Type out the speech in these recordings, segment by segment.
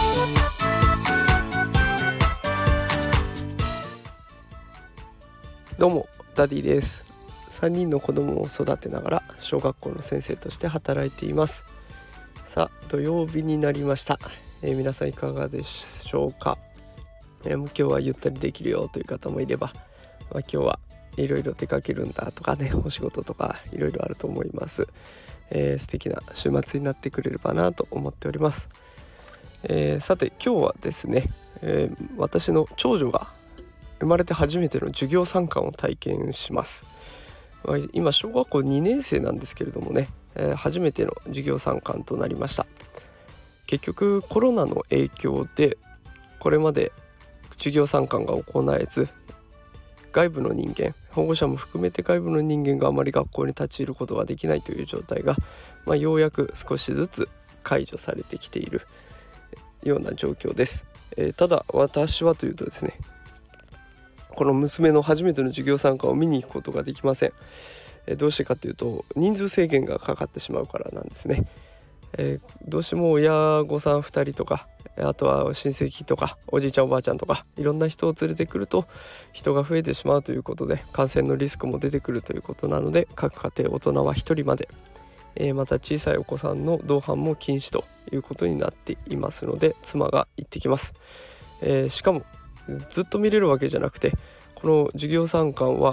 どうもダディです。3人の子供を育てながら小学校の先生として働いています。さあ土曜日になりました。皆さんいかがでしょうか。今日はゆったりできるよという方もいれば、今日はいろいろ出かけるんだとかね、お仕事とかいろいろあると思います。素敵な週末になってくれればなと思っております。さて今日はですね、私の長女が生まれて初めての授業参観を体験します。今小学校2年生なんですけれどもね、初めての授業参観となりました。結局コロナの影響でこれまで授業参観が行えず、外部の人間、保護者も含めて外部の人間があまり学校に立ち入ることができないという状態が、ようやく少しずつ解除されてきているような状況です。ただ私はというとですね、この娘の初めての授業参観を見に行くことができません。どうしてかというと人数制限がかかってしまうからなんですね。どうしても親御さん2人とか、あとは親戚とかおじいちゃんおばあちゃんとかいろんな人を連れてくると人が増えてしまうということで、感染のリスクも出てくるということなので、各家庭大人は1人まで、また小さいお子さんの同伴も禁止ということになっていますので、妻が行ってきます。しかもずっと見れるわけじゃなくて、この授業参観は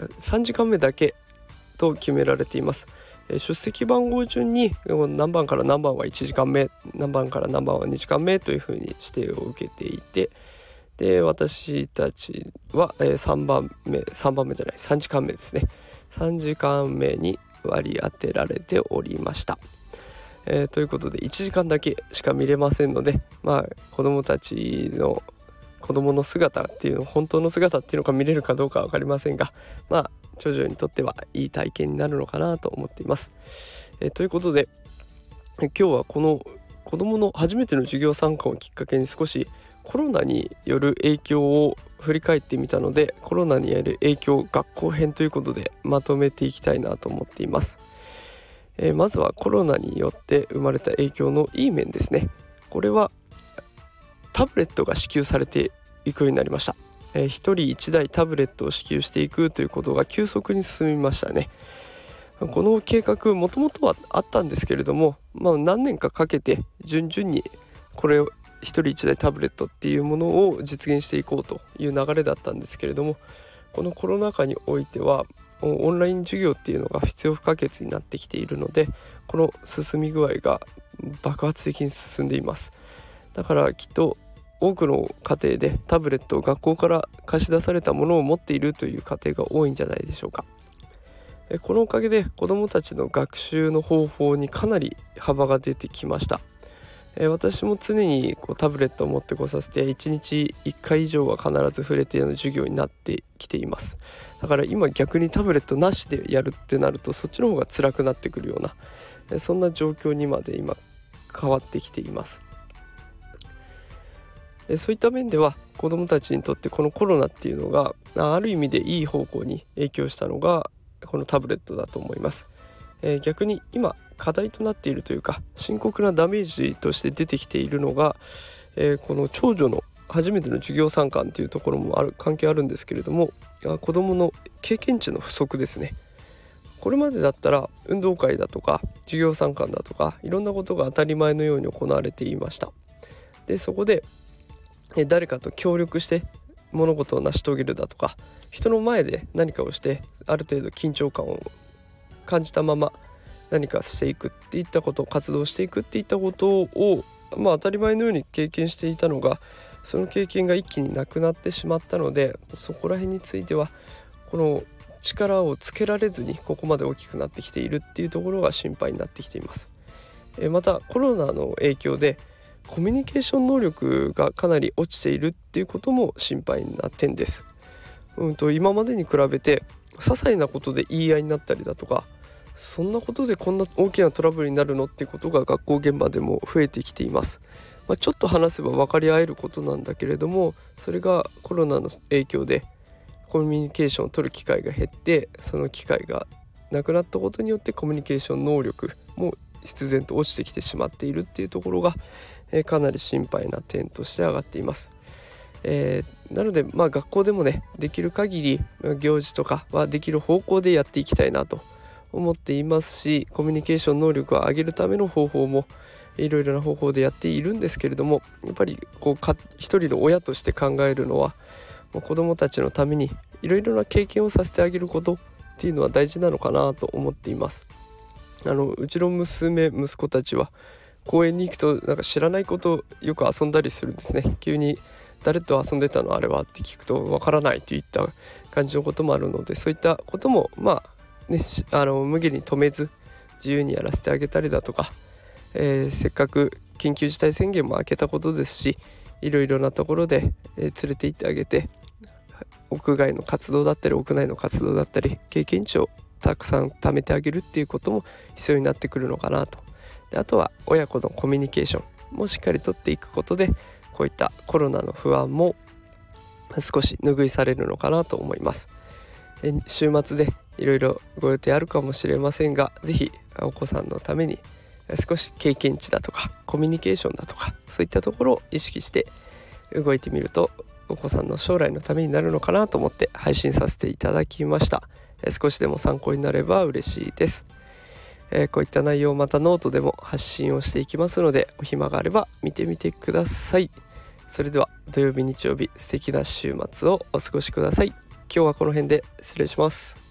3時間目だけと決められています。出席番号順に何番から何番は1時間目、何番から何番は2時間目というふうに指定を受けていて、で私たちは3時間目ですね。3時間目に割り当てられておりました。ということで1時間だけしか見れませんので、子供の姿っていうの、本当の姿っていうのが見れるかどうかは分かりませんが、長女にとってはいい体験になるのかなと思っています。ということで今日はこの子供の初めての授業参観をきっかけに少しコロナによる影響を振り返ってみたので、コロナによる影響学校編ということでまとめていきたいなと思っています。まずはコロナによって生まれた影響のいい面ですね。これはタブレットが支給されていくようになりました。1人1台タブレットを支給していくということが急速に進みましたね。この計画もともとはあったんですけれども、何年かかけて順々にこれを1人1台タブレットっていうものを実現していこうという流れだったんですけれども、このコロナ禍においてはオンライン授業っていうのが必要不可欠になってきているので、この進み具合が爆発的に進んでいます。だからきっと多くの家庭でタブレットを学校から貸し出されたものを持っているという家庭が多いんじゃないでしょうか。このおかげで子どもたちの学習の方法にかなり幅が出てきました。私も常にタブレットを持ってこさせて1日1回以上は必ず触れての授業になってきています。だから今逆にタブレットなしでやるってなると、そっちの方が辛くなってくるような、そんな状況にまで今変わってきています。そういった面では子どもたちにとってこのコロナっていうのがある意味でいい方向に影響したのがこのタブレットだと思います。逆に今課題となっているというか、深刻なダメージとして出てきているのが、この長女の初めての授業参観というところも関係あるんですけれども、子どもの経験値の不足ですね。これまでだったら運動会だとか授業参観だとかいろんなことが当たり前のように行われていました。でそこで誰かと協力して物事を成し遂げるだとか、人の前で何かをしてある程度緊張感を感じたまま何かしていくっていったことを、活動していくっていったことを当たり前のように経験していたのが、その経験が一気になくなってしまったので、そこら辺についてはこの力をつけられずにここまで大きくなってきているっていうところが心配になってきています。またコロナの影響でコミュニケーション能力がかなり落ちているっていうことも心配な点です。今までに比べて些細なことで言い合いになったりだとか、そんなことでこんな大きなトラブルになるのっていうことが学校現場でも増えてきています。ちょっと話せば分かり合えることなんだけれども、それがコロナの影響でコミュニケーションを取る機会が減って、その機会がなくなったことによってコミュニケーション能力も必然と落ちてきてしまっているっていうところが、 かなり心配な点として上がっています。なので学校でもねできる限り行事とかはできる方向でやっていきたいなと思っていますし、コミュニケーション能力を上げるための方法もいろいろな方法でやっているんですけれども、やっぱり一人の親として考えるのは子どもたちのためにいろいろな経験をさせてあげることっていうのは大事なのかなと思っています。うちの息子たちは公園に行くとなんか知らないことをよく遊んだりするんですね。急に誰と遊んでたのあれはって聞くとわからないといった感じのこともあるので、そういったことも無限に止めず自由にやらせてあげたりだとか、せっかく緊急事態宣言も明けたことですし、いろいろなところで、連れて行ってあげて、屋外の活動だったり屋内の活動だったり経験値をたくさん貯めてあげるっていうことも必要になってくるのかなと。であとは親子のコミュニケーションもしっかりとっていくことで、こういったコロナの不安も少し拭いされるのかなと思います。週末でいろいろご予定あるかもしれませんが、ぜひお子さんのために少し経験値だとかコミュニケーションだとかそういったところを意識して動いてみるとお子さんの将来のためになるのかなと思って配信させていただきました。少しでも参考になれば嬉しいです。こういった内容をまたノートでも発信をしていきますので、お暇があれば見てみてください。それでは土曜日日曜日素敵な週末をお過ごしください。今日はこの辺で失礼します。